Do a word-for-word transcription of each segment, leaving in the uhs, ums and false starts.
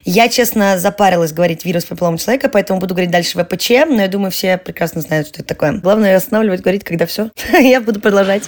Я, честно, запарилась говорить вирус папиллома человека, поэтому буду говорить дальше ВПЧ, но я думаю, все прекрасно знают, что это такое. Главное останавливать, говорить, когда все. Я буду продолжать.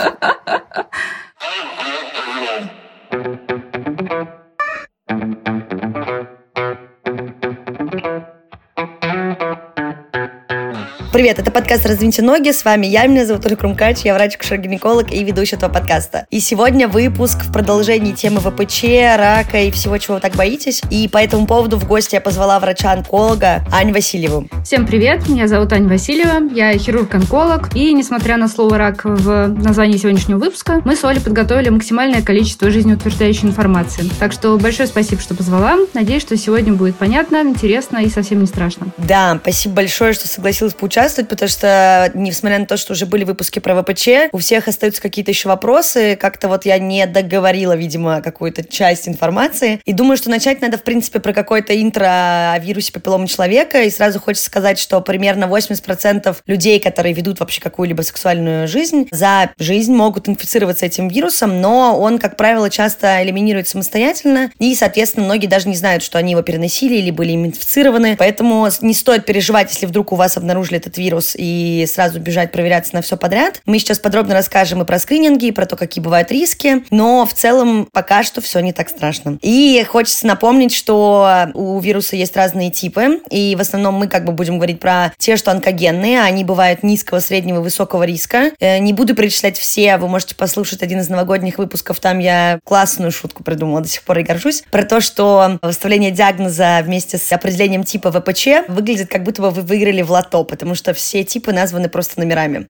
Привет, это подкаст «Раздвиньте ноги». С вами я, меня зовут Оля Крумкач, я врач-акушер-гинеколог и ведущая этого подкаста. И сегодня выпуск в продолжении темы ВПЧ, рака и всего, чего вы так боитесь. И по этому поводу в гости я позвала врача-онколога Аню Васильеву. Всем привет, меня зовут Аня Васильева, я хирург-онколог. И несмотря на слово «рак» в названии сегодняшнего выпуска, мы с Олей подготовили максимальное количество жизнеутверждающей информации. Так что большое спасибо, что позвала. Надеюсь, что сегодня будет понятно, интересно и совсем не страшно. Да, спасибо большое, что согласилась поучаствовать, потому что, несмотря на то, что уже были выпуски про ВПЧ, у всех остаются какие-то еще вопросы. Как-то вот я не договорила, видимо, какую-то часть информации. И думаю, что начать надо, в принципе, про какое-то интро о вирусе папиллома человека. И сразу хочется сказать, что примерно восемьдесят процентов людей, которые ведут вообще какую-либо сексуальную жизнь, за жизнь могут инфицироваться этим вирусом, но он, как правило, часто элиминирует самостоятельно. И, соответственно, многие даже не знают, что они его переносили или были им инфицированы. Поэтому не стоит переживать, если вдруг у вас обнаружили этот вирус, и сразу бежать проверяться на все подряд. Мы сейчас подробно расскажем и про скрининги, и про то, какие бывают риски, но в целом пока что все не так страшно. И хочется напомнить, что у вируса есть разные типы, и в основном мы как бы будем говорить про те, что онкогенные, они бывают низкого, среднего и высокого риска. Не буду перечислять все, вы можете послушать один из новогодних выпусков, там я классную шутку придумала, до сих пор и горжусь, про то, что выставление диагноза вместе с определением типа ВПЧ выглядит, как будто бы вы выиграли в лото, потому что все типы названы просто номерами.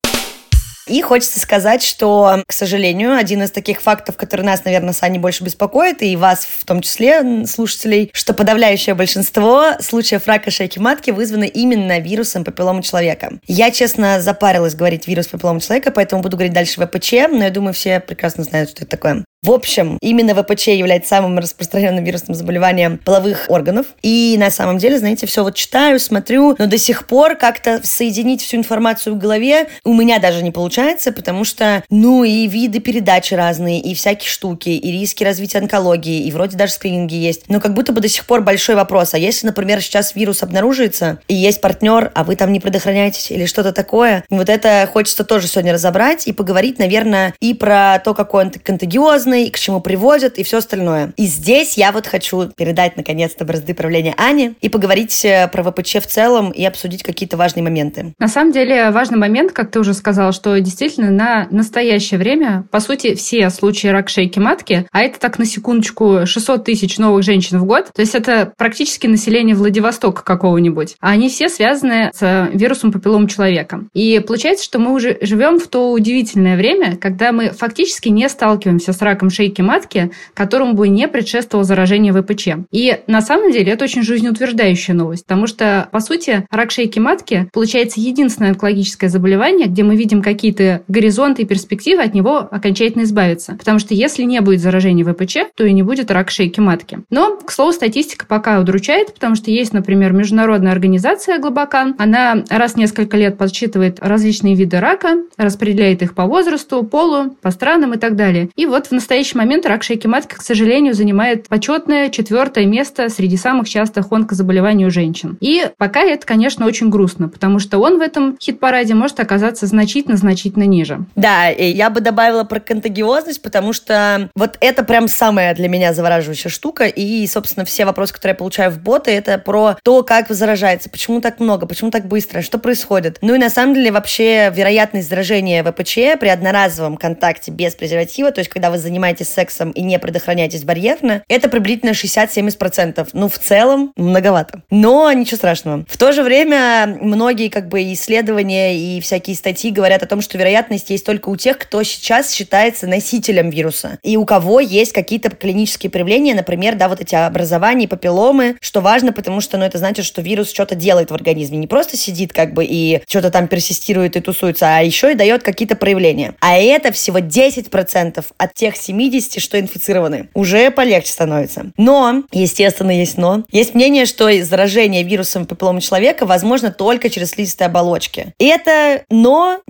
И хочется сказать, что, к сожалению, один из таких фактов, который нас, наверное, с Аней больше беспокоит, и вас в том числе, слушателей, что подавляющее большинство случаев рака шейки матки вызваны именно вирусом папиллома человека. Я, честно, запарилась говорить вирус папиллома человека, поэтому буду говорить дальше ВПЧ, но я думаю, все прекрасно знают, что это такое. В общем, именно ВПЧ является самым распространенным вирусным заболеванием половых органов. И на самом деле, знаете, все вот читаю, смотрю, но до сих пор как-то соединить всю информацию в голове у меня даже не получается, потому что, ну, и виды передачи разные, и всякие штуки, и риски развития онкологии, и вроде даже скрининги есть. Но как будто бы до сих пор большой вопрос. А если, например, сейчас вирус обнаруживается, и есть партнер, а вы там не предохраняетесь или что-то такое, вот это хочется тоже сегодня разобрать и поговорить, наверное, и про то, какой он контагиозный, и к чему приводят, и все остальное. И здесь я вот хочу передать, наконец-то, бразды правления Ане и поговорить про ВПЧ в целом и обсудить какие-то важные моменты. На самом деле, важный момент, как ты уже сказала, что действительно на настоящее время, по сути, все случаи рака шейки матки, а это так на секундочку шестьсот тысяч новых женщин в год, то есть это практически население Владивостока какого-нибудь, а они все связаны с вирусом папиллома человека. И получается, что мы уже живем в то удивительное время, когда мы фактически не сталкиваемся с раком шейки матки, которому бы не предшествовало заражение ВПЧ. И на самом деле это очень жизнеутверждающая новость, потому что, по сути, рак шейки матки получается единственное онкологическое заболевание, где мы видим какие-то горизонты и перспективы от него окончательно избавиться. Потому что если не будет заражения ВПЧ, то и не будет рака шейки матки. Но, к слову, статистика пока удручает, потому что есть, например, международная организация Глобокан. Она раз в несколько лет подсчитывает различные виды рака, распределяет их по возрасту, полу, по странам и так далее. И вот в В настоящий момент рак шейки матки, к сожалению, занимает почетное четвертое место среди самых частых онкозаболеваний у женщин. И пока это, конечно, очень грустно, потому что он в этом хит-параде может оказаться значительно-значительно ниже. Да, и я бы добавила про контагиозность, потому что вот это прям самая для меня завораживающая штука. И, собственно, все вопросы, которые я получаю в боты, это про то, как заражается, почему так много, почему так быстро, что происходит. Ну и на самом деле вообще вероятность заражения ВПЧ при одноразовом контакте без презерватива, то есть когда вы занимаетесь сексом и не предохраняетесь барьерно, это приблизительно шестьдесят-семьдесят процентов. Ну, в целом, многовато. Но ничего страшного. В то же время многие как бы исследования и всякие статьи говорят о том, что вероятность есть только у тех, кто сейчас считается носителем вируса. И у кого есть какие-то клинические проявления, например, да, вот эти образования, папилломы, что важно, потому что, ну, это значит, что вирус что-то делает в организме. Не просто сидит как бы и что-то там персистирует и тусуется, а еще и дает какие-то проявления. А это всего десять процентов от тех семидесяти, что инфицированы. Уже полегче становится. Но, естественно, есть но. Есть мнение, что заражение вирусом папиллома человека возможно только через слизистые оболочки. И это но не совсем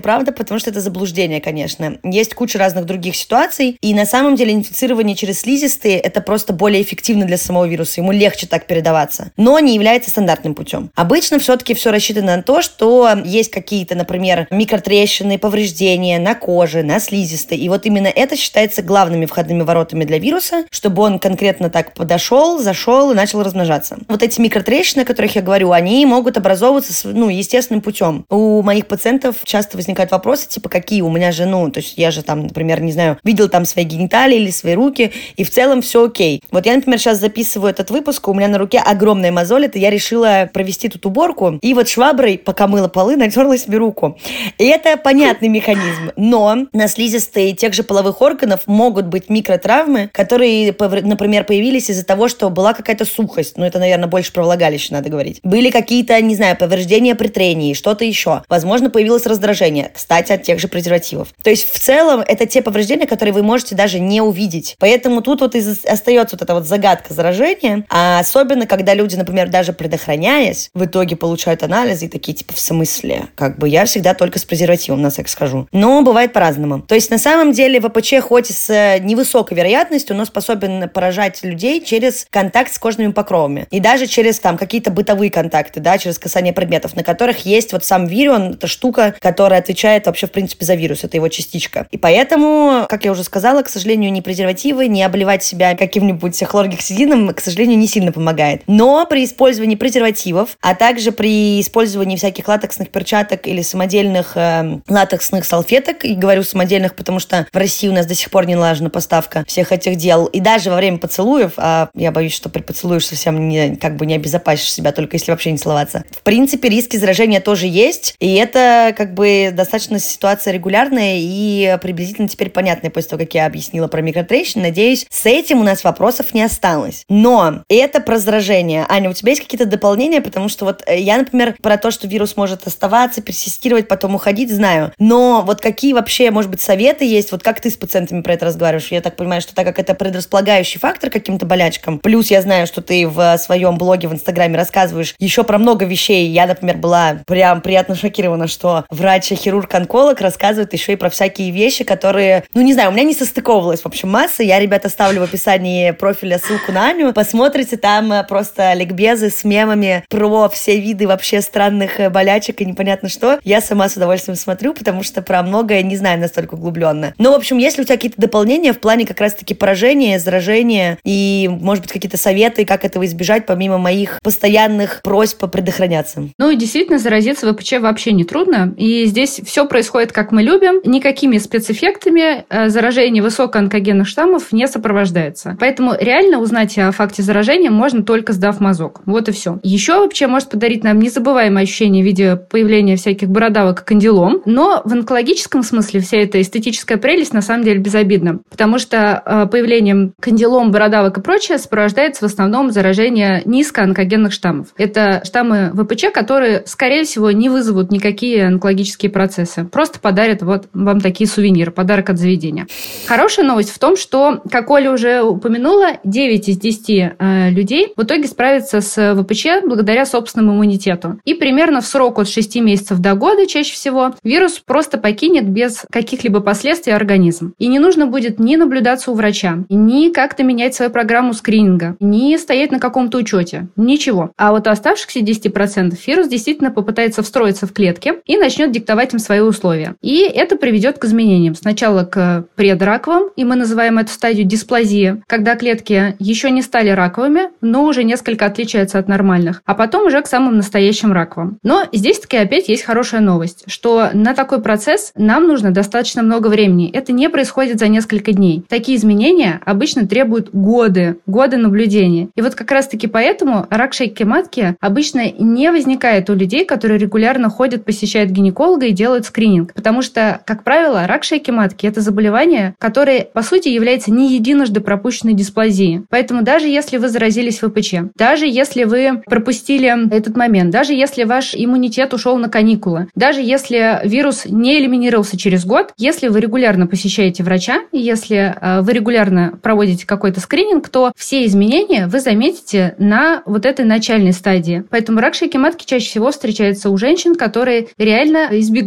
совсем правда, потому что это заблуждение, конечно. Есть куча разных других ситуаций, и на самом деле инфицирование через слизистые – это просто более эффективно для самого вируса, ему легче так передаваться, но не является стандартным путем. Обычно все-таки все рассчитано на то, что есть какие-то, например, микротрещины, повреждения на коже, на слизистой, и вот именно это считается главными входными воротами для вируса, чтобы он конкретно так подошел, зашел и начал размножаться. Вот эти микротрещины, о которых я говорю, они могут образовываться, ну, естественным путем. У моих пациентов часто возникают вопросы, типа, какие? У меня же, ну, то есть я же там, например, не знаю, видел там свои гениталии или свои руки, и в целом все окей. Вот я, например, сейчас записываю этот выпуск, у меня на руке огромная мозоль, это я решила провести тут уборку, и вот шваброй, пока мыла полы, натерла себе руку. И это понятный механизм, но на слизистой тех же половых органов могут быть микротравмы, которые, например, появились из-за того, что была какая-то сухость, ну, это, наверное, больше про влагалище надо говорить. Были какие-то, не знаю, повреждения при трении, что-то еще. Возможно, появилось раздражение, кстати, от тех же презервативов. То есть, в целом, это те повреждения, которые вы можете даже не увидеть. Поэтому тут вот и остается вот эта вот загадка заражения, а особенно, когда люди, например, даже предохраняясь, в итоге получают анализы и такие, типа, в смысле? Как бы я всегда только с презервативом на секс хожу. Но бывает по-разному. То есть, на самом деле, ВПЧ хоть и с невысокой вероятностью, но способен поражать людей через контакт с кожными покровами. И даже через там какие-то бытовые контакты, да, через касание предметов, на которых есть вот сам вирион, это штука, которая отвечает вообще, в принципе, за вирус, это его частичка. И поэтому, как я уже сказала, к сожалению, ни презервативы, не обливать себя каким-нибудь хлоргексидином, к сожалению, не сильно помогает. Но при использовании презервативов, а также при использовании всяких латексных перчаток или самодельных э, латексных салфеток, и говорю самодельных, потому что в России у нас до сих пор не налажена поставка всех этих дел, и даже во время поцелуев, а я боюсь, что при поцелуях совсем не, как бы не обезопасишь себя, только если вообще не целоваться. В принципе, риски заражения тоже есть, и это как бы достаточно ситуация регулярная и приблизительно теперь понятная после того, как я объяснила про микротрещины. Надеюсь, с этим у нас вопросов не осталось. Но это про заражение. Аня, у тебя есть какие-то дополнения? Потому что вот я, например, про то, что вирус может оставаться, персистировать, потом уходить, знаю. Но вот какие вообще, может быть, советы есть? Вот как ты с пациентами про это разговариваешь? Я так понимаю, что так как это предрасполагающий фактор к каким-то болячкам, плюс я знаю, что ты в своем блоге в Инстаграме рассказываешь еще про много вещей. Я, например, была прям приятно шокирована, что врач-хирург-онколог рассказывает еще и про всякие вещи, которые, ну, не знаю, у меня не состыковывалась, в общем, масса. Я, ребята, оставлю в описании профиля ссылку на Аню. Посмотрите, там просто ликбезы с мемами про все виды вообще странных болячек и непонятно что. Я сама с удовольствием смотрю, потому что про многое не знаю настолько углубленно. Но, в общем, если у тебя какие-то дополнения в плане как раз-таки поражения, заражения и, может быть, какие-то советы, как этого избежать, помимо моих постоянных просьб предохраняться? Ну и действительно, заразиться ВПЧ вообще не трудно. И здесь все происходит, как мы любим. Никакими спецэффектами заражение высокоонкогенных штаммов не сопровождается. Поэтому реально узнать о факте заражения можно только сдав мазок. Вот и все. Еще вообще может подарить нам незабываемое ощущение в виде появления всяких бородавок и кандилом. Но в онкологическом смысле вся эта эстетическая прелесть на самом деле безобидна. Потому что появлением кандилом, бородавок и прочее сопровождается в основном заражение низкоонкогенных штаммов. Это штаммы ВПЧ, которые, скорее всего, не вызовут никакие онкологические процессы. Просто подарят вот вам такие сувениры, подарок от заведения. Хорошая новость в том, что, как Оля уже упомянула, девять из десяти э, людей в итоге справятся с ВПЧ благодаря собственному иммунитету. И примерно в срок от шести месяцев до года, чаще всего, вирус просто покинет без каких-либо последствий организм. И не нужно будет ни наблюдаться у врача, ни как-то менять свою программу скрининга, ни стоять на каком-то учете. Ничего. А вот у оставшихся десяти процентов вирус действительно попытается встроиться в клетки и начнет диктовать им свои условия. И это приведет к изменениям. Сначала к предраковым, и мы называем эту стадию дисплазия, когда клетки еще не стали раковыми, но уже несколько отличаются от нормальных, а потом уже к самым настоящим раковым. Но здесь таки опять есть хорошая новость, что на такой процесс нам нужно достаточно много времени. Это не происходит за несколько дней. Такие изменения обычно требуют годы, годы наблюдения. И вот как раз-таки поэтому рак шейки матки обычно не возникает у людей, которые регулярно ходят, посещают гинеколога и делают скрининг. Потому что, как правило, рак шейки матки – это заболевание, которое, по сути, является не единожды пропущенной дисплазией. Поэтэтому даже если вы заразились ВПЧ, даже если вы пропустили этот момент, даже если ваш иммунитет ушел на каникулы, даже если вирус не элиминировался через год, если вы регулярно посещаете врача, и если э, вы регулярно проводите какой-то скрининг, то все изменения вы заметите на вот этой начальной стадии. Поэтому рак шейки матки чаще всего встречается у женщин, которые реально избегают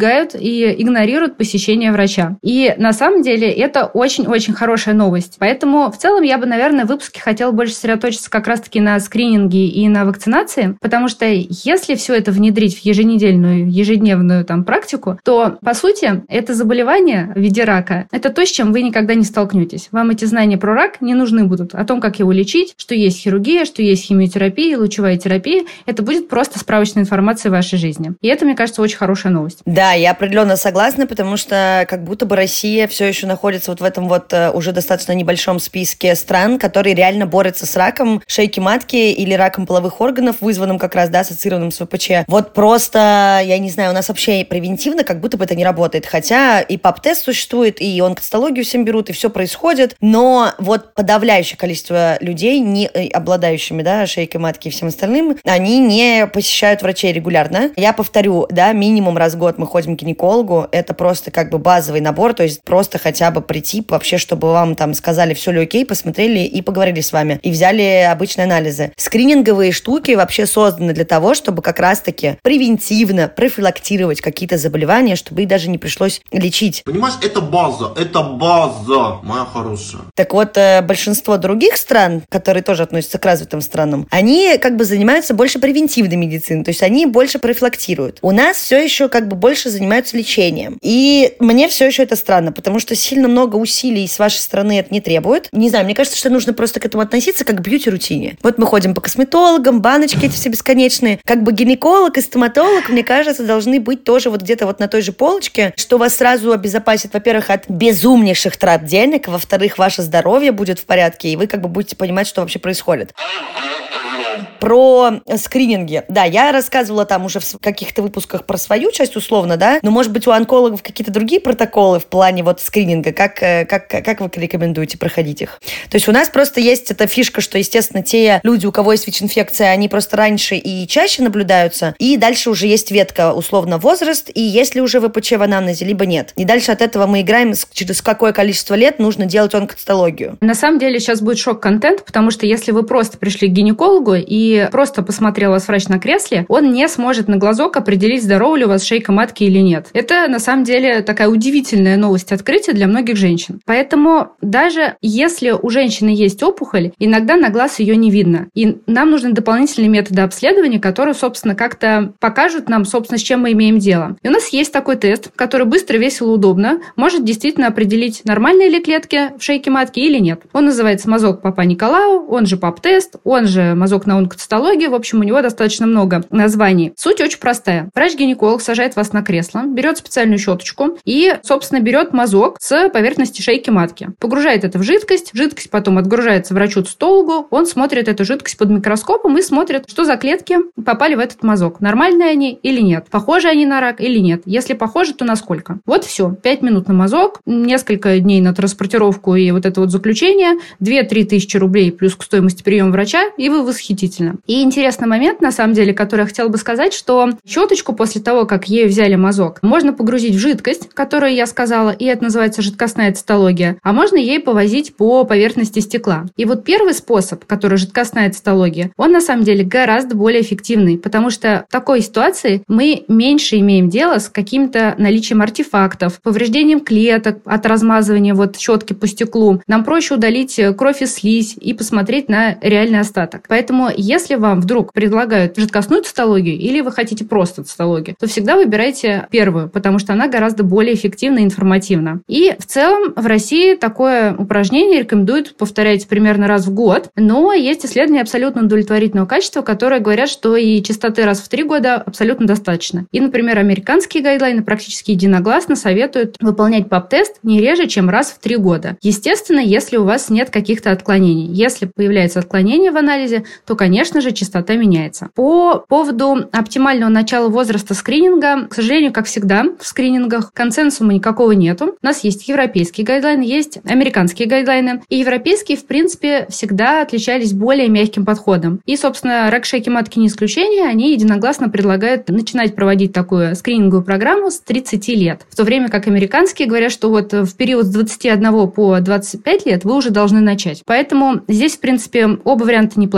избегают и игнорируют посещение врача. И на самом деле это очень-очень хорошая новость. Поэтому в целом я бы, наверное, в выпуске хотела больше сосредоточиться как раз-таки на скрининге и на вакцинации, потому что если все это внедрить в еженедельную, ежедневную там практику, то, по сути, это заболевание в виде рака, это то, с чем вы никогда не столкнетесь. Вам эти знания про рак не нужны будут. О том, как его лечить, что есть хирургия, что есть химиотерапия, лучевая терапия, это будет просто справочная информация в вашей жизни. И это, мне кажется, очень хорошая новость. Да, я определенно согласна, потому что как будто бы Россия все еще находится вот в этом вот уже достаточно небольшом списке стран, которые реально борются с раком шейки матки или раком половых органов, вызванным как раз, да, ассоциированным с ВПЧ. Вот просто, я не знаю, у нас вообще превентивно как будто бы это не работает. Хотя и пап-тест существует, и онкоцитологию всем берут, и все происходит. Но вот подавляющее количество людей, не обладающими, да, шейкой матки и всем остальным, они не посещают врачей регулярно. Я повторю, да, минимум раз в год мы ходим к гинекологу. Это просто как бы базовый набор, то есть просто хотя бы прийти вообще, чтобы вам там сказали, все ли окей, посмотрели и поговорили с вами. И взяли обычные анализы. Скрининговые штуки вообще созданы для того, чтобы как раз-таки превентивно профилактировать какие-то заболевания, чтобы их даже не пришлось лечить. Понимаешь, это база, это база, моя хорошая. Так вот, большинство других стран, которые тоже относятся к развитым странам, они как бы занимаются больше превентивной медициной, то есть они больше профилактируют. У нас все еще как бы больше занимаются лечением. И мне все еще это странно, потому что сильно много усилий с вашей стороны это не требует. Не знаю, мне кажется, что нужно просто к этому относиться как к бьюти-рутине. Вот мы ходим по косметологам, баночки эти все бесконечные. Как бы гинеколог и стоматолог, мне кажется, должны быть тоже вот где-то вот на той же полочке, что вас сразу обезопасит, во-первых, от безумнейших трат денег, во-вторых, ваше здоровье будет в порядке, и вы как бы будете понимать, что вообще происходит. Про скрининги. Да, я рассказывала там уже в каких-то выпусках про свою часть условно, да, но, может быть, у онкологов какие-то другие протоколы в плане вот скрининга. Как, как, как вы рекомендуете проходить их? То есть у нас просто есть эта фишка, что, естественно, те люди, у кого есть ВИЧ-инфекция, они просто раньше и чаще наблюдаются, и дальше уже есть ветка, условно, возраст, и есть ли уже ВПЧ в анамнезе, либо нет. И дальше от этого мы играем, через какое количество лет нужно делать онкоцитологию. На самом деле сейчас будет шок-контент, потому что если вы просто пришли к гинекологу и просто посмотрел вас врач на кресле, он не сможет на глазок определить, здорова ли у вас шейка матки или нет. Это, на самом деле, такая удивительная новость открытия для многих женщин. Поэтому даже если у женщины есть опухоль, иногда на глаз ее не видно. И нам нужны дополнительные методы обследования, которые, собственно, как-то покажут нам, собственно, с чем мы имеем дело. И у нас есть такой тест, который быстро, весело, удобно может действительно определить, нормальные ли клетки в шейке матки или нет. Он называется мазок Папа-Николау, он же пап-тест, он же мазок на онкоцитологию. В общем, у него достаточно много названий. Суть очень простая. Врач-гинеколог сажает вас на кресло, берет специальную щеточку и, собственно, берет мазок с поверхности шейки матки. Погружает это в жидкость. Жидкость потом отгружается врачу-цитологу. Он смотрит эту жидкость под микроскопом и смотрит, что за клетки попали в этот мазок. Нормальные они или нет? Похожи они на рак или нет? Если похожи, то насколько? Вот все. Пять минут на мазок, несколько дней на транспортировку и вот это вот заключение, две-три тысячи рублей плюс к стоимости приема врача, и вы восхитительно. И интересный момент, на самом деле, который я хотела бы сказать, что щеточку после того, как ею взяли мазок, можно погрузить в жидкость, которую я сказала, и это называется жидкостная цитология, а можно ей повозить по поверхности стекла. И вот первый способ, который жидкостная цитология, он на самом деле гораздо более эффективный, потому что в такой ситуации мы меньше имеем дело с каким-то наличием артефактов, повреждением клеток от размазывания вот щетки по стеклу. Нам проще удалить кровь и слизь и посмотреть на реальный остаток. Поэтому, если вам вдруг предлагают жидкостную цитологию или вы хотите просто цитологию, то всегда выбирайте первую, потому что она гораздо более эффективна и информативна. И в целом в России такое упражнение рекомендуют повторять примерно раз в год, но есть исследования абсолютно удовлетворительного качества, которые говорят, что и частоты раз в три года абсолютно достаточно. И, например, американские гайдлайны практически единогласно советуют выполнять пап-тест не реже, чем раз в три года. Естественно, если у вас нет каких-то отклонений. Если появляется отклонение в анализе, то, конечно же, частота меняется. По поводу оптимального начала возраста скрининга, к сожалению, как всегда в скринингах, консенсуса никакого нету. У нас есть европейские гайдлайны, есть американские гайдлайны. И европейские, в принципе, всегда отличались более мягким подходом. И, собственно, рак шейки матки не исключение. Они единогласно предлагают начинать проводить такую скрининговую программу с тридцати лет. В то время как американские говорят, что вот в период с двадцати одного по двадцать пять лет вы уже должны начать. Поэтому здесь, в принципе, оба варианта неплохи.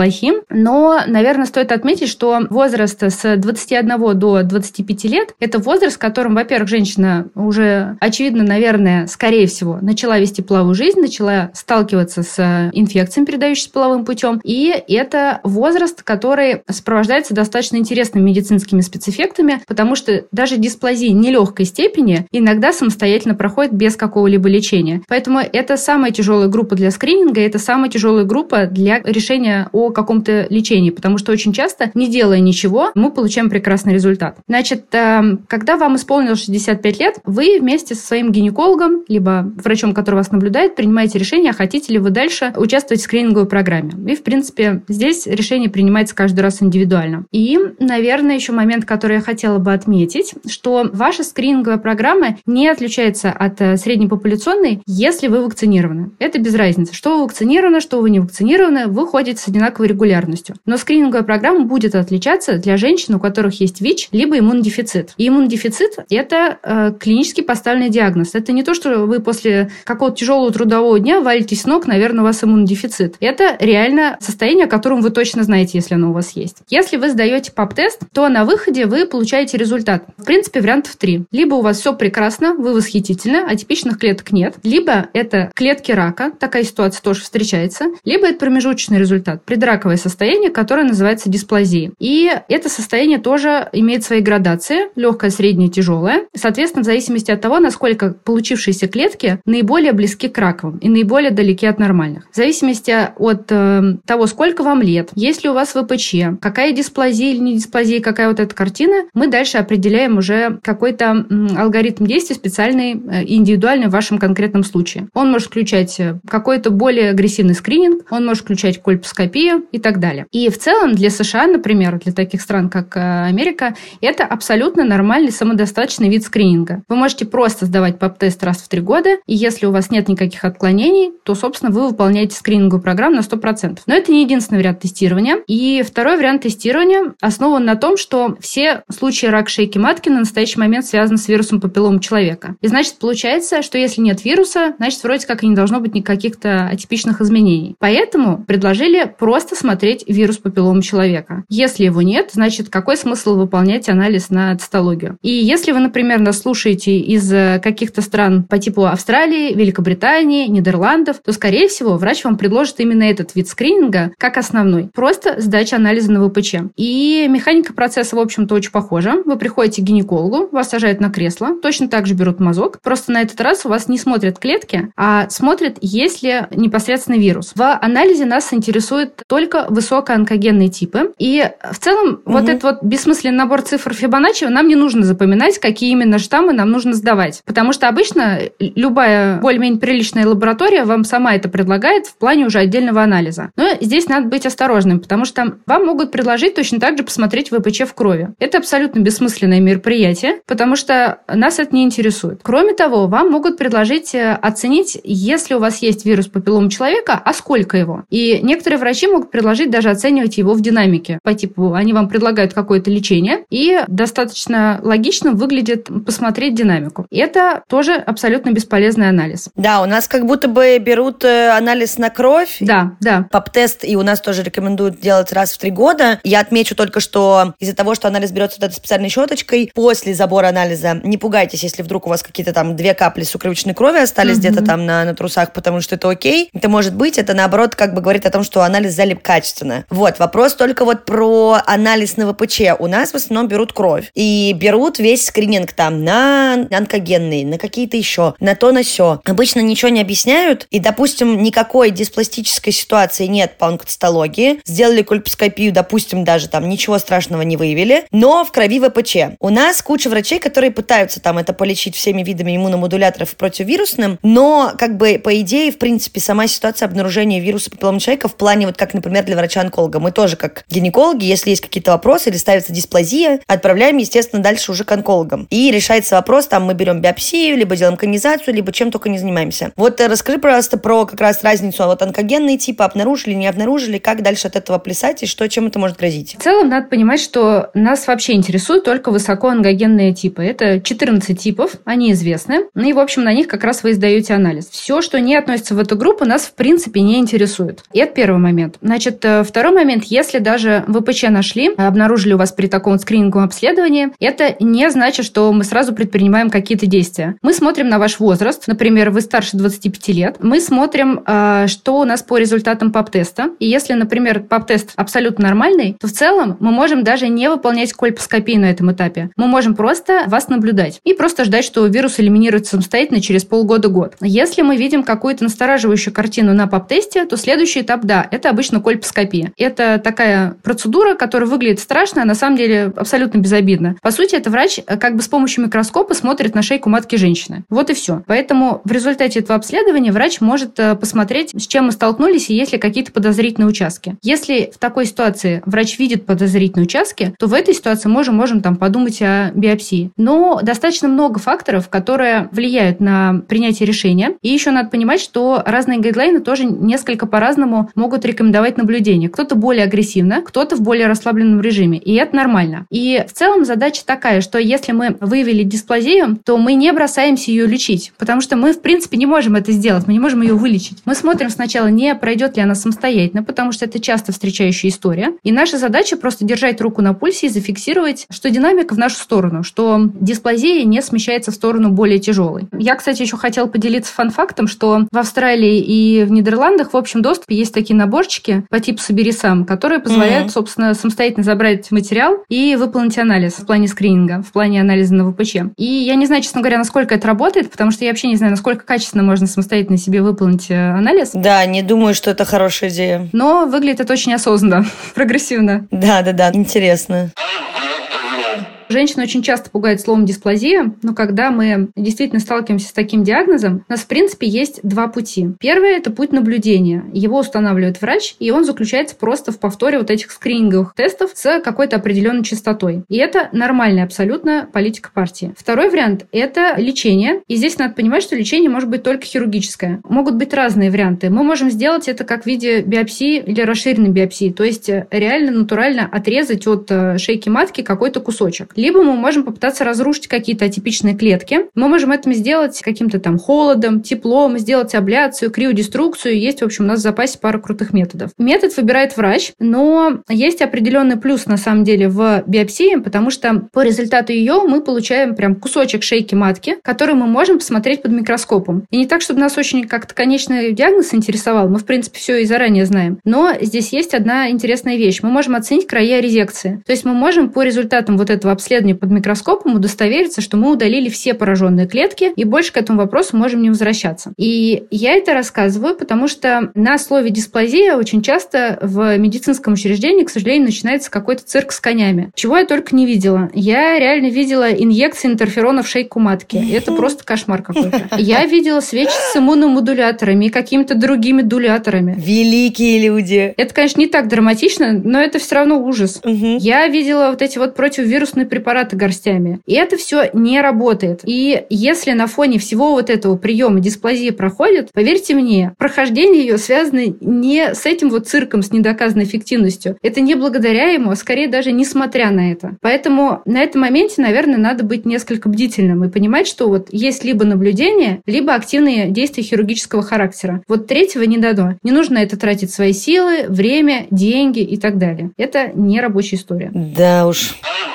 Но, наверное, стоит отметить, что возраст с двадцати одного до двадцати пяти лет – это возраст, в котором, во-первых, женщина уже, очевидно, наверное, скорее всего, начала вести половую жизнь, начала сталкиваться с инфекциями, передающимися половым путем. И это возраст, который сопровождается достаточно интересными медицинскими спецэффектами, потому что даже дисплазия нелегкой степени иногда самостоятельно проходит без какого-либо лечения. Поэтому это самая тяжелая группа для скрининга, это самая тяжелая группа для решения о каком-то лечении, потому что очень часто, не делая ничего, мы получаем прекрасный результат. Значит, когда вам исполнилось шестьдесят пять лет, вы вместе со своим гинекологом, либо врачом, который вас наблюдает, принимаете решение, хотите ли вы дальше участвовать в скрининговой программе. И, в принципе, здесь решение принимается каждый раз индивидуально. И, наверное, еще момент, который я хотела бы отметить, что ваша скрининговая программа не отличается от среднепопуляционной, если вы вакцинированы. Это без разницы. Что вы вакцинированы, что вы не вакцинированы, вы ходите с одинаковой регулярностью. Но скрининговая программа будет отличаться для женщин, у которых есть ВИЧ, либо иммунодефицит. И иммунодефицит – это э, клинически поставленный диагноз. Это не то, что вы после какого-то тяжелого трудового дня валитесь с ног, наверное, у вас иммунодефицит. Это реально состояние, о котором вы точно знаете, если оно у вас есть. Если вы сдаете пап-тест, то на выходе вы получаете результат. В принципе, вариантов три. Либо у вас все прекрасно, вы восхитительны, атипичных клеток нет, либо это клетки рака, такая ситуация тоже встречается, либо это промежуточный результат, предраковое состояние, которое называется дисплазией. И это состояние тоже имеет свои градации, легкое, среднее, тяжелое. Соответственно, в зависимости от того, насколько получившиеся клетки наиболее близки к раковым и наиболее далеки от нормальных. В зависимости от э, того, сколько вам лет, есть ли у вас вэ пэ че, какая дисплазия или не дисплазия, какая вот эта картина, мы дальше определяем уже какой-то м, алгоритм действий специальный и индивидуальный в вашем конкретном случае. Он может включать какой-то более агрессивный скрининг, он может включать кольпоскопию и так далее. И в целом для США, например, для таких стран, как Америка, это абсолютно нормальный самодостаточный вид скрининга. Вы можете просто сдавать пап-тест раз в три года, и если у вас нет никаких отклонений, то, собственно, вы выполняете скрининговую программу на сто процентов. Но это не единственный вариант тестирования. И второй вариант тестирования основан на том, что все случаи рака шейки матки на настоящий момент связаны с вирусом папиллома человека. И значит, получается, что если нет вируса, значит, вроде как и не должно быть никаких-то атипичных изменений. Поэтому предложили просто смотреть вирус папиллома человека. Если его нет, значит, какой смысл выполнять анализ на цитологию? И если вы, например, нас слушаете из каких-то стран по типу Австралии, Великобритании, Нидерландов, то, скорее всего, врач вам предложит именно этот вид скрининга как основной. Просто сдача анализа на вэ пэ че. И механика процесса, в общем-то, очень похожа. Вы приходите к гинекологу, вас сажают на кресло, точно так же берут мазок, просто на этот раз у вас не смотрят клетки, а смотрят, есть ли непосредственно вирус. В анализе нас интересуют только высокоонкогенные типы. И в целом угу. вот этот вот бессмысленный набор цифр Фибоначчи нам не нужно запоминать, какие именно штаммы нам нужно сдавать. Потому что обычно любая более-менее приличная лаборатория вам сама это предлагает в плане уже отдельного анализа. Но здесь надо быть осторожным, потому что вам могут предложить точно так же посмотреть вэ пэ че в крови. Это абсолютно бессмысленное мероприятие, потому что нас это не интересует. Кроме того, вам могут предложить оценить, если у вас есть вирус папиллома человека, а сколько его. И некоторые врачи могут предложить даже оценивать его в динамике. По типу, они вам предлагают какое-то лечение, и достаточно логично выглядит посмотреть динамику. И это тоже абсолютно бесполезный анализ. Да, у нас как будто бы берут анализ на кровь. Да, да. Пап-тест, и у нас тоже рекомендуют делать раз в три года. Я отмечу только, что из-за того, что анализ берется вот этой специальной щеточкой, после забора анализа, не пугайтесь, если вдруг у вас какие-то там две капли сукровичной крови остались mm-hmm. где-то там на, на трусах, потому что это окей. Это может быть, это наоборот как бы говорит о том, что анализ залип качественно. Вот, вопрос только вот про анализ на вэ пэ че. У нас в основном берут кровь. И берут весь скрининг там на онкогенные, на какие-то еще, на то, на сё. Обычно ничего не объясняют, и, допустим, никакой диспластической ситуации нет по онкоцитологии. Сделали кольпоскопию, допустим, даже там ничего страшного не выявили, но в крови вэ пэ че. У нас куча врачей, которые пытаются там это полечить всеми видами иммуномодуляторов противовирусным, но, как бы, по идее, в принципе, сама ситуация обнаружения вируса папиллома человека в плане, вот как, например, для врача-онколога. Мы тоже, как гинекологи, если есть какие-то вопросы или ставится дисплазия, отправляем, естественно, дальше уже к онкологам. И решается вопрос, там мы берем биопсию, либо делаем конизацию, либо чем только не занимаемся. Вот расскажи, пожалуйста, про как раз разницу, вот онкогенные типы обнаружили, не обнаружили, как дальше от этого плясать и что, чем это может грозить? В целом, надо понимать, что нас вообще интересуют только высокоонкогенные типы. Это четырнадцать типов, они известны, ну и, в общем, на них как раз вы издаете анализ. Все, что не относится в эту группу, нас, в принципе, не интересует. И это первый момент. Значит, Второй момент, если даже ВПЧ нашли, обнаружили у вас при таком скрининговом обследовании, это не значит, что мы сразу предпринимаем какие-то действия. Мы смотрим на ваш возраст, например, вы старше двадцати пяти лет, мы смотрим, что у нас по результатам пап-теста, и если, например, пап-тест абсолютно нормальный, то в целом мы можем даже не выполнять кольпоскопию на этом этапе. Мы можем просто вас наблюдать и просто ждать, что вирус элиминируется самостоятельно через полгода-год. Если мы видим какую-то настораживающую картину на пап-тесте, то следующий этап, да, это обычно кольпоскопия. Это такая процедура, которая выглядит страшно, а на самом деле абсолютно безобидна. По сути, это врач как бы с помощью микроскопа смотрит на шейку матки женщины. Вот и все. Поэтому в результате этого обследования врач может посмотреть, с чем мы столкнулись и есть ли какие-то подозрительные участки. Если в такой ситуации врач видит подозрительные участки, то в этой ситуации мы уже можем там подумать о биопсии. Но достаточно много факторов, которые влияют на принятие решения. И еще надо понимать, что разные гайдлайны тоже несколько по-разному могут рекомендовать наблюдение. Кто-то более агрессивно, кто-то в более расслабленном режиме. И это нормально. И в целом задача такая, что если мы выявили дисплазию, то мы не бросаемся ее лечить, потому что мы, в принципе, не можем это сделать, мы не можем ее вылечить. Мы смотрим сначала, не пройдет ли она самостоятельно, потому что это часто встречающая история. И наша задача просто держать руку на пульсе и зафиксировать, что динамика в нашу сторону, что дисплазия не смещается в сторону более тяжелой. Я, кстати, еще хотела поделиться фан-фактом, что в Австралии и в Нидерландах в общем доступе есть такие наборчики по типу «Собери сам», которые позволяют, mm-hmm. собственно, самостоятельно забрать материал и выполнить анализ в плане скрининга, в плане анализа на ВПЧ. И я не знаю, честно говоря, насколько это работает, потому что я вообще не знаю, насколько качественно можно самостоятельно себе выполнить анализ. Да, не думаю, что это хорошая идея. Но выглядит это очень осознанно, прогрессивно. Да-да-да, интересно. Женщины очень часто пугают словом дисплазия, но когда мы действительно сталкиваемся с таким диагнозом, у нас, в принципе, есть два пути. Первый – это путь наблюдения. Его устанавливает врач, и он заключается просто в повторе вот этих скрининговых тестов с какой-то определенной частотой. И это нормальная абсолютно политика партии. Второй вариант – это лечение. И здесь надо понимать, что лечение может быть только хирургическое. Могут быть разные варианты. Мы можем сделать это как в виде биопсии или расширенной биопсии, то есть реально натурально отрезать от шейки матки какой-то кусочек. Либо мы можем попытаться разрушить какие-то атипичные клетки. Мы можем это сделать каким-то там холодом, теплом, сделать абляцию, криодеструкцию. Есть, в общем, у нас в запасе пара крутых методов. Метод выбирает врач, но есть определенный плюс, на самом деле, в биопсии, потому что по результату ее мы получаем прям кусочек шейки матки, который мы можем посмотреть под микроскопом. И не так, чтобы нас очень как-то конечный диагноз интересовал. Мы, в принципе, все и заранее знаем. Но здесь есть одна интересная вещь. Мы можем оценить края резекции. То есть мы можем по результатам вот этого обследования под микроскопом удостовериться, что мы удалили все пораженные клетки и больше к этому вопросу можем не возвращаться. И я это рассказываю, потому что на слове дисплазия очень часто в медицинском учреждении, к сожалению, начинается какой-то цирк с конями. Чего я только не видела. Я реально видела инъекции интерферона в шейку матки. Это просто кошмар какой-то. Я видела свечи с иммуномодуляторами и какими-то другими дуляторами. Великие люди. Это, конечно, не так драматично, но это все равно ужас. Угу. Я видела вот эти вот противовирусные препараты горстями. И это все не работает. И если на фоне всего вот этого приема дисплазия проходит, поверьте мне, прохождение ее связано не с этим вот цирком, с недоказанной эффективностью. Это не благодаря ему, а скорее даже несмотря на это. Поэтому на этом моменте, наверное, надо быть несколько бдительным и понимать, что вот есть либо наблюдение, либо активные действия хирургического характера. Вот третьего не дано. Не нужно на это тратить свои силы, время, деньги и так далее. Это не рабочая история. Да уж.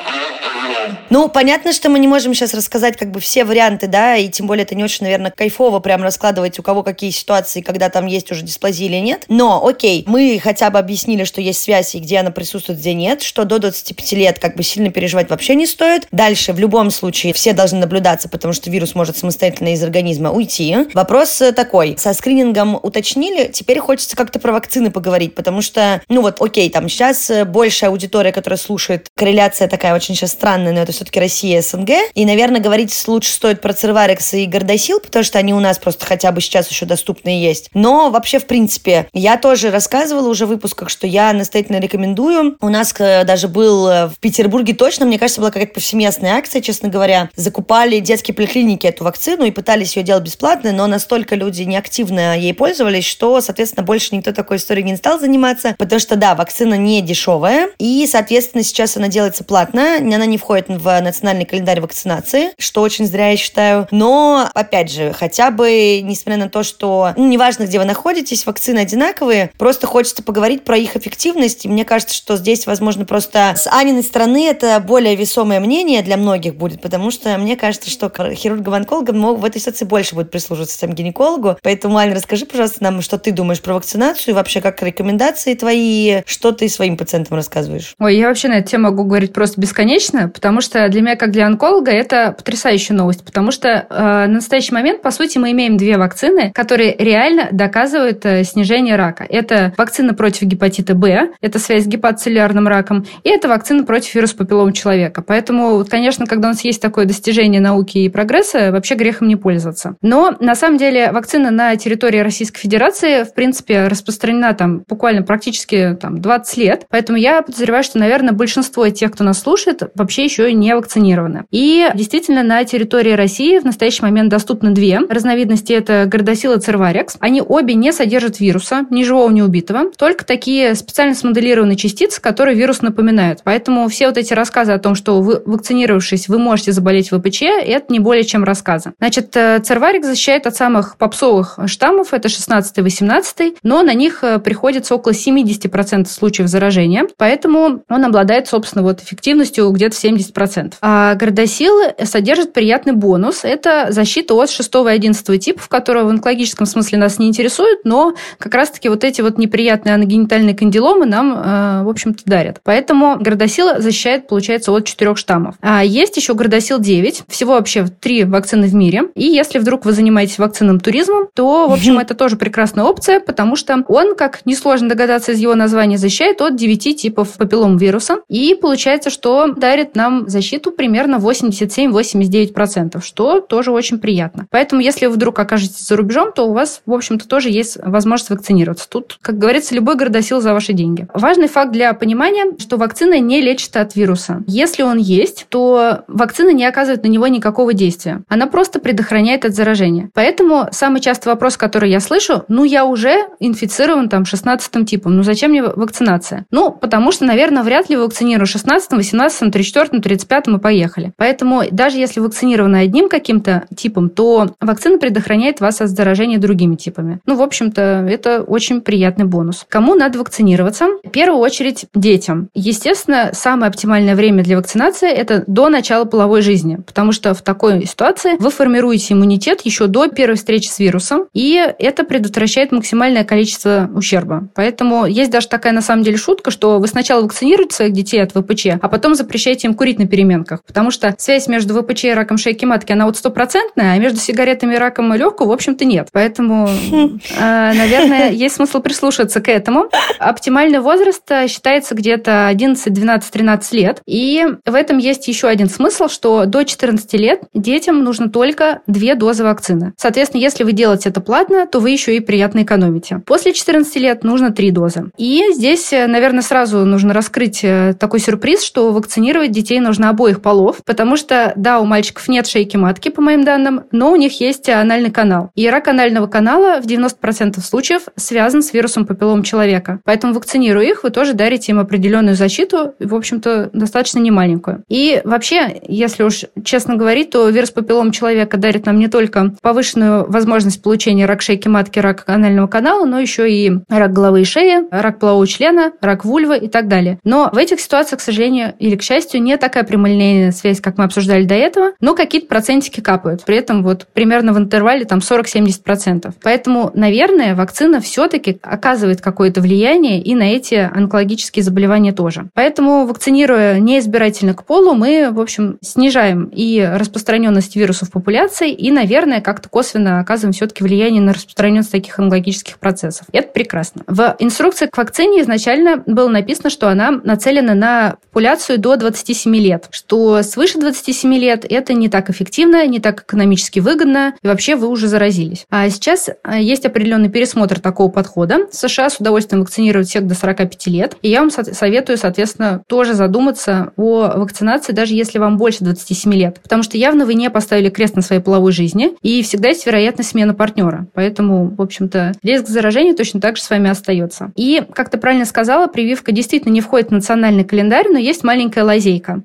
Ну, понятно, что мы не можем сейчас рассказать как бы все варианты, да, и тем более это не очень, наверное, кайфово прям раскладывать, у кого какие ситуации, когда там есть уже дисплазия или нет. Но, окей, мы хотя бы объяснили, что есть связь, и где она присутствует, где нет, что до двадцати пяти лет как бы сильно переживать вообще не стоит. Дальше, в любом случае, все должны наблюдаться, потому что вирус может самостоятельно из организма уйти. Вопрос такой, со скринингом уточнили, теперь хочется как-то про вакцины поговорить, потому что, ну вот, окей, там сейчас большая аудитория, которая слушает, корреляция такая очень сейчас странная, но это все-таки Россия, СНГ. И, наверное, говорить лучше стоит про Церварекс и Гордосил, потому что они у нас просто хотя бы сейчас еще доступны и есть. Но вообще, в принципе, я тоже рассказывала уже в выпусках, что я настоятельно рекомендую. У нас даже был в Петербурге точно, мне кажется, была какая-то повсеместная акция, честно говоря. Закупали детские поликлиники эту вакцину и пытались ее делать бесплатно, но настолько люди неактивно ей пользовались, что, соответственно, больше никто такой историей не стал заниматься, потому что, да, вакцина не дешевая, и, соответственно, сейчас она делается платно, она не входит входит в национальный календарь вакцинации, что очень зря, я считаю. Но, опять же, хотя бы, несмотря на то, что, ну, неважно, где вы находитесь, вакцины одинаковые, просто хочется поговорить про их эффективность. И мне кажется, что здесь, возможно, просто с Аниной стороны это более весомое мнение для многих будет, потому что мне кажется, что хирургам-онкологам в этой ситуации больше будет прислушиваться чем гинекологу. Поэтому, Аня, расскажи, пожалуйста, нам, что ты думаешь про вакцинацию, и вообще как рекомендации твои, что ты своим пациентам рассказываешь? Ой, я вообще на эту тему могу говорить просто бесконечно, потому что для меня, как для онколога, это потрясающая новость, потому что э, на настоящий момент, по сути, мы имеем две вакцины, которые реально доказывают э, снижение рака. Это вакцина против гепатита Б, это связь с гепатоцеллюлярным раком, и это вакцина против вируса папиллома человека. Поэтому, конечно, когда у нас есть такое достижение науки и прогресса, вообще грехом не пользоваться. Но, на самом деле, вакцина на территории Российской Федерации, в принципе, распространена там буквально практически там, двадцать лет, поэтому я подозреваю, что, наверное, большинство тех, кто нас слушает, вообще еще и не вакцинированы. И действительно, на территории России в настоящий момент доступны две разновидности. Это Gardasil и Cervarix. Они обе не содержат вируса, ни живого, ни убитого, только такие специально смоделированные частицы, которые вирус напоминают. Поэтому все вот эти рассказы о том, что вы, вакцинировавшись, вы можете заболеть ВПЧ, это не более чем рассказы. Значит, Cervarix защищает от самых попсовых штаммов, это шестнадцатый восемнадцатый, но на них приходится около семьдесят процентов случаев заражения, поэтому он обладает, собственно, вот эффективностью где-то семьдесят процентов. А Gardasil содержит приятный бонус. Это защита от шестого и одиннадцатого типов, которые в онкологическом смысле нас не интересуют, но как раз-таки вот эти вот неприятные аногенитальные кандиломы нам, э, в общем-то, дарят. Поэтому Gardasil защищает, получается, от четырех штаммов. А есть еще Gardasil девять. Всего вообще три вакцины в мире. И если вдруг вы занимаетесь вакцинным туризмом, то, в общем, это тоже прекрасная опция, потому что он, как несложно догадаться из его названия, защищает от девяти типов папиллом вируса. И получается, что дарит нам защиту примерно восемьдесят семь - восемьдесят девять процентов, что тоже очень приятно. Поэтому, если вы вдруг окажетесь за рубежом, то у вас, в общем-то, тоже есть возможность вакцинироваться. Тут, как говорится, любой Gardasil за ваши деньги. Важный факт для понимания, что вакцина не лечит от вируса. Если он есть, то вакцина не оказывает на него никакого действия. Она просто предохраняет от заражения. Поэтому самый частый вопрос, который я слышу, ну, я уже инфицирован там шестнадцатым типом, ну, зачем мне вакцинация? Ну, потому что, наверное, вряд ли вакцинирую шестнадцатым, восемнадцатым, тридцать четвёртым, тридцать пятым и поехали. Поэтому даже если вакцинированы одним каким-то типом, то вакцина предохраняет вас от заражения другими типами. Ну, в общем-то, это очень приятный бонус. Кому надо вакцинироваться? В первую очередь детям. Естественно, самое оптимальное время для вакцинации – это до начала половой жизни, потому что в такой ситуации вы формируете иммунитет еще до первой встречи с вирусом, и это предотвращает максимальное количество ущерба. Поэтому есть даже такая, на самом деле, шутка, что вы сначала вакцинируете своих детей от ВПЧ, а потом запрещаете им курить на переменках, потому что связь между ВПЧ и раком шейки матки, она вот стопроцентная, а между сигаретами и раком легкого, в общем-то, нет. Поэтому, наверное, есть смысл прислушаться к этому. Оптимальный возраст считается где-то одиннадцать, двенадцать, тринадцать лет, и в этом есть еще один смысл, что до четырнадцати лет детям нужно только две дозы вакцины. Соответственно, если вы делаете это платно, то вы еще и приятно экономите. После четырнадцати лет нужно три дозы. И здесь, наверное, сразу нужно раскрыть такой сюрприз, что вакцинировать детей нужно обоих полов, потому что, да, у мальчиков нет шейки матки, по моим данным, но у них есть анальный канал. И рак анального канала в девяноста процентах случаев связан с вирусом папиллома человека. Поэтому, вакцинируя их, вы тоже дарите им определенную защиту, в общем-то, достаточно немаленькую. И вообще, если уж честно говорить, то вирус папиллома человека дарит нам не только повышенную возможность получения рак шейки матки, рак анального канала, но еще и рак головы и шеи, рак полового члена, рак вульвы и так далее. Но в этих ситуациях, к сожалению или к счастью, не такая прямолинейная связь, как мы обсуждали до этого, но какие-то процентики капают. При этом вот примерно в интервале там сорок-семьдесят процентов. Поэтому, наверное, вакцина все-таки оказывает какое-то влияние и на эти онкологические заболевания тоже. Поэтому, вакцинируя неизбирательно к полу, мы, в общем, снижаем и распространенность вирусов в популяции, и, наверное, как-то косвенно оказываем все-таки влияние на распространенность таких онкологических процессов. Это прекрасно. В инструкции к вакцине изначально было написано, что она нацелена на популяцию до двадцати семи лет, что свыше двадцати семи лет это не так эффективно, не так экономически выгодно, и вообще вы уже заразились. А сейчас есть определенный пересмотр такого подхода. В США с удовольствием вакцинируют всех до сорока пяти лет, и я вам советую, соответственно, тоже задуматься о вакцинации, даже если вам больше двадцати семи лет, потому что явно вы не поставили крест на своей половой жизни, и всегда есть вероятность смены партнера. Поэтому, в общем-то, риск заражения точно так же с вами остается. И, как ты правильно сказала, прививка действительно не входит в национальный календарь, но есть маленькая лазейка.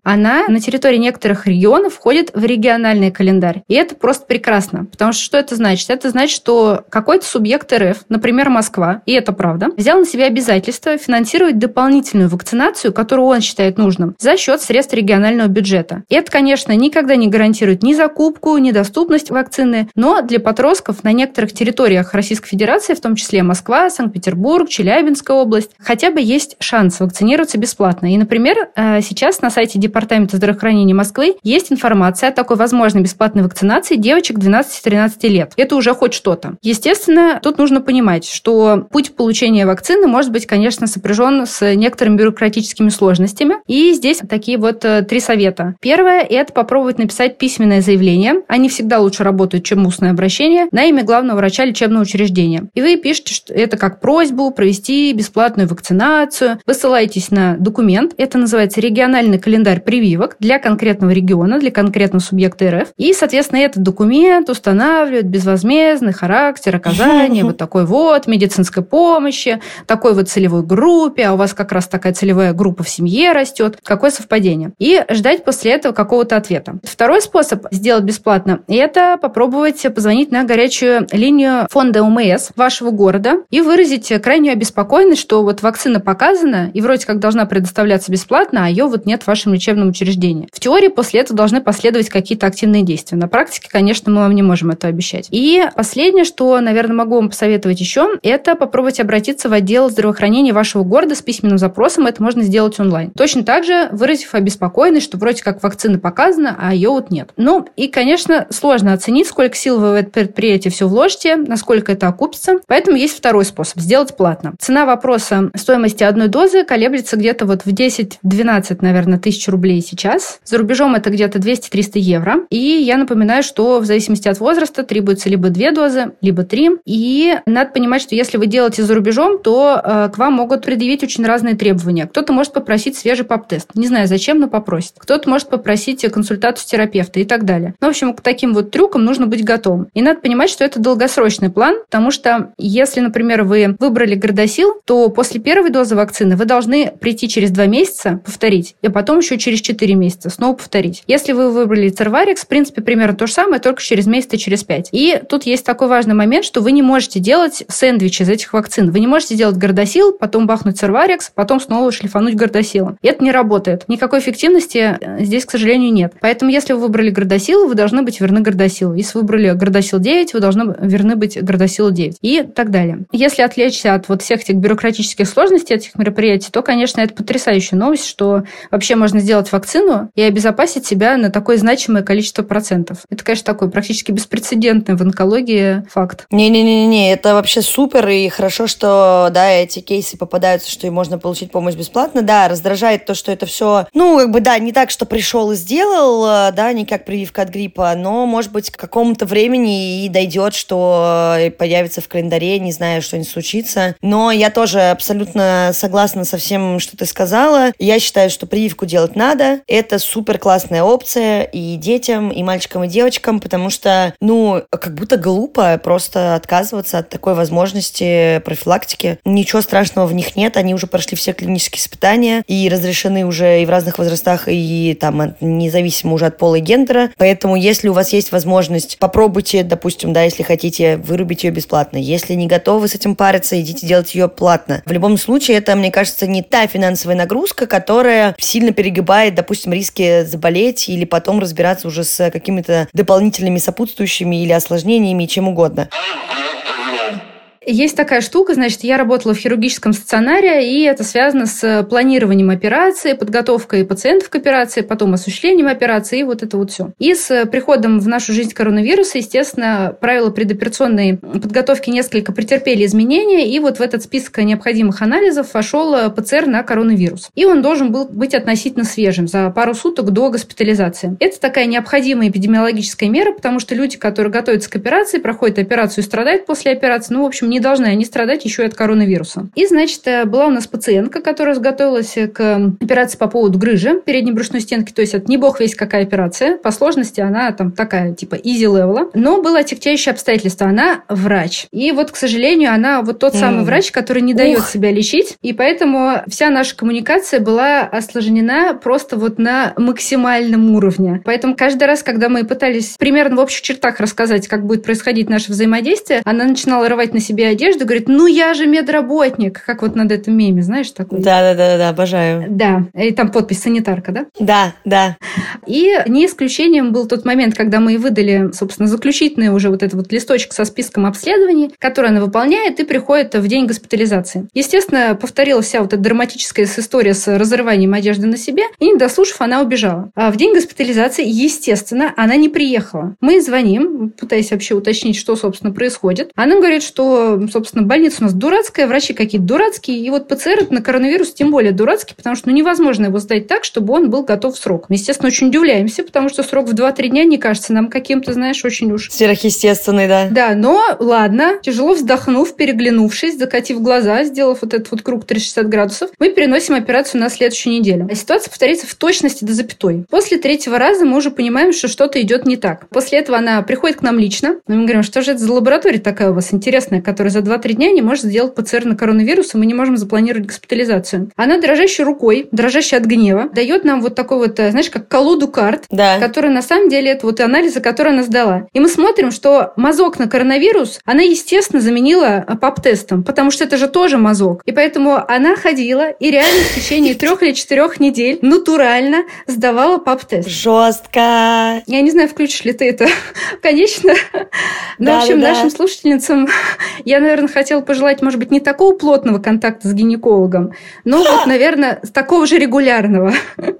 она на территории некоторых регионов входит в региональный календарь. И это просто прекрасно. Потому что что это значит? Это значит, что какой-то субъект РФ, например, Москва, и это правда, взял на себя обязательство финансировать дополнительную вакцинацию, которую он считает нужным, за счет средств регионального бюджета. И это, конечно, никогда не гарантирует ни закупку, ни доступность вакцины, но для подростков на некоторых территориях Российской Федерации, в том числе Москва, Санкт-Петербург, Челябинская область, хотя бы есть шанс вакцинироваться бесплатно. И, например, сейчас на сайте Департамента здравоохранения Москвы есть информация о такой возможной бесплатной вакцинации девочек двенадцати-тринадцати лет. Это уже хоть что-то. Естественно, тут нужно понимать, что путь получения вакцины может быть, конечно, сопряжен с некоторыми бюрократическими сложностями. И здесь такие вот три совета. Первое – это попробовать написать письменное заявление. Они всегда лучше работают, чем устное обращение, на имя главного врача лечебного учреждения. И вы пишете, что это как просьбу провести бесплатную вакцинацию. Вы ссылаетесь на документ. Это называется региональный календарь прививок для конкретного региона, для конкретного субъекта РФ. И, соответственно, этот документ устанавливает безвозмездный характер оказания вот такой вот медицинской помощи, такой вот целевой группе, а у вас как раз такая целевая группа в семье растет. Какое совпадение? И ждать после этого какого-то ответа. Второй способ сделать бесплатно – это попробовать позвонить на горячую линию фонда ОМС вашего города и выразить крайнюю обеспокоенность, что вот вакцина показана и вроде как должна предоставляться бесплатно, а ее вот нет в вашем лечебном учреждении. В теории после этого должны последовать какие-то активные действия. На практике, конечно, мы вам не можем это обещать. И последнее, что, наверное, могу вам посоветовать еще, это попробовать обратиться в отдел здравоохранения вашего города с письменным запросом. Это можно сделать онлайн. Точно так же выразив обеспокоенность, что вроде как вакцина показана, а ее вот нет. Ну и, конечно, сложно оценить, сколько сил вы в это предприятие все вложите, насколько это окупится. Поэтому есть второй способ – сделать платно. Цена вопроса стоимости одной дозы колеблется где-то вот в десять-двенадцать, наверное, тысяч рублей сейчас. За рубежом это где-то двести-триста евро. И я напоминаю, что в зависимости от возраста требуется либо две дозы, либо три. И надо понимать, что если вы делаете за рубежом, то э, к вам могут предъявить очень разные требования. Кто-то может попросить свежий пап-тест. Не знаю, зачем, но попросит. Кто-то может попросить консультацию терапевта и так далее. Ну, в общем, к таким вот трюкам нужно быть готовым. И надо понимать, что это долгосрочный план, потому что если, например, вы выбрали Гордосил, то после первой дозы вакцины вы должны прийти через два месяца, повторить, и потом еще через четыре месяца снова повторить. Если вы выбрали Cervarix, в принципе, примерно то же самое, только через месяц и через пять. И тут есть такой важный момент, что вы не можете делать сэндвич из этих вакцин. Вы не можете делать Гордосил, потом бахнуть Cervarix, потом снова шлифануть Гордосилом. И это не работает. Никакой эффективности здесь, к сожалению, нет. Поэтому, если вы выбрали Гордосил, вы должны быть верны Гордосилу. Если вы выбрали Гордосил девять, вы должны верны быть Гордосилу девять. И так далее. Если отвлечься от вот всех этих бюрократических сложностей этих мероприятий, то, конечно, это потрясающая новость, что вообще можно сделать вакцину и обезопасить себя на такое значимое количество процентов. Это, конечно, такой практически беспрецедентный в онкологии факт. Не-не-не, это вообще супер, и хорошо, что, да, эти кейсы попадаются, что и можно получить помощь бесплатно. Да, раздражает то, что это все, ну, как бы, да, не так, что пришел и сделал, да, не как прививка от гриппа, но, может быть, к какому-то времени и дойдет, что появится в календаре, не знаю, что-нибудь случится. Но я тоже абсолютно согласна со всем, что ты сказала. Я считаю, что прививку делать надо. Это супер классная опция и детям, и мальчикам, и девочкам, потому что, ну, как будто глупо просто отказываться от такой возможности профилактики. Ничего страшного в них нет, они уже прошли все клинические испытания и разрешены уже и в разных возрастах, и там независимо уже от пола и гендера. Поэтому, если у вас есть возможность, попробуйте, допустим, да, если хотите, вырубить ее бесплатно. Если не готовы с этим париться, идите делать ее платно. В любом случае, это, мне кажется, не та финансовая нагрузка, которая сильно перегибает, допустим, риски заболеть или потом разбираться уже с какими-то дополнительными сопутствующими или осложнениями, чем угодно. Есть такая штука, значит, я работала в хирургическом стационаре, и это связано с планированием операции, подготовкой пациентов к операции, потом осуществлением операции, и вот это вот все. И с приходом в нашу жизнь коронавируса, естественно, правила предоперационной подготовки несколько претерпели изменения, и вот в этот список необходимых анализов вошел ПЦР на коронавирус. И он должен был быть относительно свежим за пару суток до госпитализации. Это такая необходимая эпидемиологическая мера, потому что люди, которые готовятся к операции, проходят операцию и страдают после операции, ну, в общем, не не должны они страдать еще и от коронавируса. И, значит, была у нас пациентка, которая готовилась к операции по поводу грыжи передней брюшной стенки, то есть это не бог весь какая операция, по сложности она там такая, типа easy level, но было отягчающее обстоятельство, она врач. И вот, к сожалению, она вот тот самый mm. врач, который не дает Ух. себя лечить, и поэтому вся наша коммуникация была осложнена просто вот на максимальном уровне. Поэтому каждый раз, когда мы пытались примерно в общих чертах рассказать, как будет происходить наше взаимодействие, она начинала рвать на себе одежду, говорит, ну я же медработник, как вот над этим меме, знаешь, такой. Да-да-да, обожаю. Да, и там подпись санитарка, да? Да, да. И не исключением был тот момент, когда мы выдали, собственно, заключительный уже вот этот вот листочек со списком обследований, который она выполняет и приходит в день госпитализации. Естественно, повторилась вся вот эта драматическая история с разрыванием одежды на себе, и, не дослушав, она убежала. А в день госпитализации, естественно, она не приехала. Мы звоним, пытаясь вообще уточнить, что, собственно, происходит. Она говорит, что, собственно, больница у нас дурацкая, врачи какие-то дурацкие, и вот ПЦР на коронавирус тем более дурацкий, потому что ну, невозможно его сдать так, чтобы он был готов в срок. Мы, естественно, очень удивляемся, потому что срок в два-три дня не кажется нам каким-то, знаешь, очень уж... Сверхъестественный, да. Да, но ладно, тяжело вздохнув, переглянувшись, закатив глаза, сделав вот этот вот круг триста шестьдесят градусов, мы переносим операцию на следующую неделю. А ситуация повторится в точности до запятой. После третьего раза мы уже понимаем, что что-то идет не так. После этого она приходит к нам лично, мы говорим, что же это за лаборатория такая у вас интересная, которая за два-три дня не может сделать ПЦР на коронавирус, и мы не можем запланировать госпитализацию. Она дрожащей рукой, дрожащей от гнева, дает нам вот такой вот, знаешь, как колоду карт, да. которые на самом деле это вот анализы, которые она сдала. И мы смотрим, что мазок на коронавирус она, естественно, заменила пап-тестом, потому что это же тоже мазок. И поэтому она ходила и реально в течение трех или четырех недель натурально сдавала пап-тест. Жестко. Я не знаю, включишь ли ты это, конечно. Но, да, в общем, да, нашим да. слушательницам я, наверное, хотела пожелать, может быть, не такого плотного контакта с гинекологом, но вот, наверное, такого же регулярного.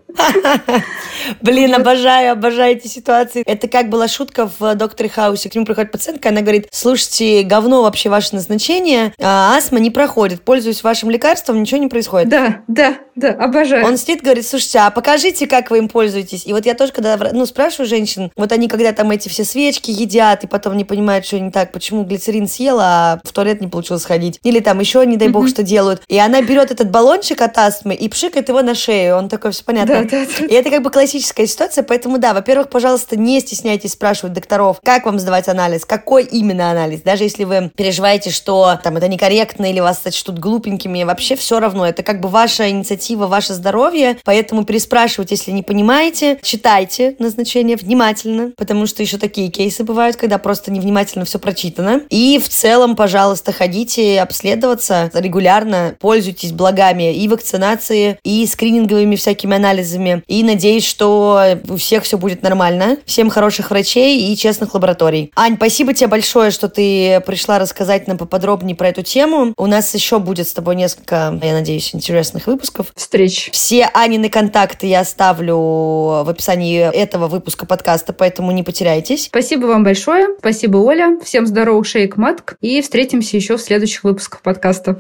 Блин, обожаю, обожаю эти ситуации. Это как была шутка в «Докторе Хаусе». К нему приходит пациентка, она говорит, слушайте, говно вообще ваше назначение, а астма не проходит, пользуюсь вашим лекарством, ничего не происходит. Да, да, да, обожаю. Он сидит, говорит, слушайте, а покажите, как вы им пользуетесь. И вот я тоже, когда, ну, спрашиваю женщин, вот они, когда там эти все свечки едят, и потом не понимают, что не так, почему глицерин съела, а в туалет не получилось сходить. Или там еще, не дай бог, mm-hmm. что делают. И она берет этот баллончик от астмы и пшикает его на шею. Он такой, все понятно. Да, да, да. И это как бы классическая ситуация, поэтому да, во-первых, пожалуйста, не стесняйтесь спрашивать докторов, как вам сдавать анализ, какой именно анализ. Даже если вы переживаете, что там это некорректно или вас сочтут глупенькими, вообще все равно. Это как бы ваша инициатива, ваше здоровье, поэтому переспрашивайте, если не понимаете, читайте назначение внимательно, потому что еще такие кейсы бывают, когда просто невнимательно все прочитано. И в целом, пожалуйста, ходите обследоваться регулярно, пользуйтесь благами и вакцинации, и скрининговыми всякими анализами. И надеюсь, что у всех все будет нормально. Всем хороших врачей и честных лабораторий. Ань, спасибо тебе большое, что ты пришла рассказать нам поподробнее про эту тему. У нас еще будет с тобой несколько, я надеюсь, интересных выпусков. Встреч. Все Анины контакты я оставлю в описании этого выпуска подкаста, поэтому не потеряйтесь. Спасибо вам большое. Спасибо, Оля. Всем здоровых шеек маток. И встретимся еще в следующих выпусках подкаста.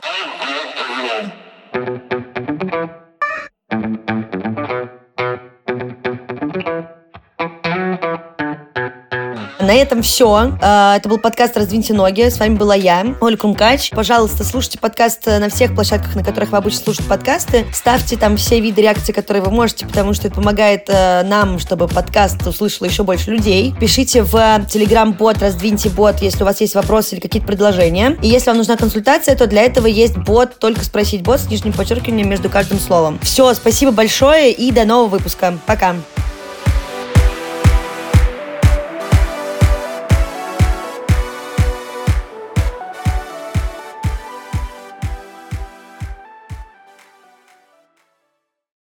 На этом все. Это был подкаст «Раздвиньте ноги». С вами была я, Оля Крумкач. Пожалуйста, слушайте подкаст на всех площадках, на которых вы обычно слушаете подкасты. Ставьте там все виды реакции, которые вы можете, потому что это помогает нам, чтобы подкаст услышало еще больше людей. Пишите в Telegram-бот «Раздвиньте бот», если у вас есть вопросы или какие-то предложения. И если вам нужна консультация, то для этого есть бот «Только спросить бот» с нижним подчеркиванием между каждым словом. Все, спасибо большое и до нового выпуска. Пока.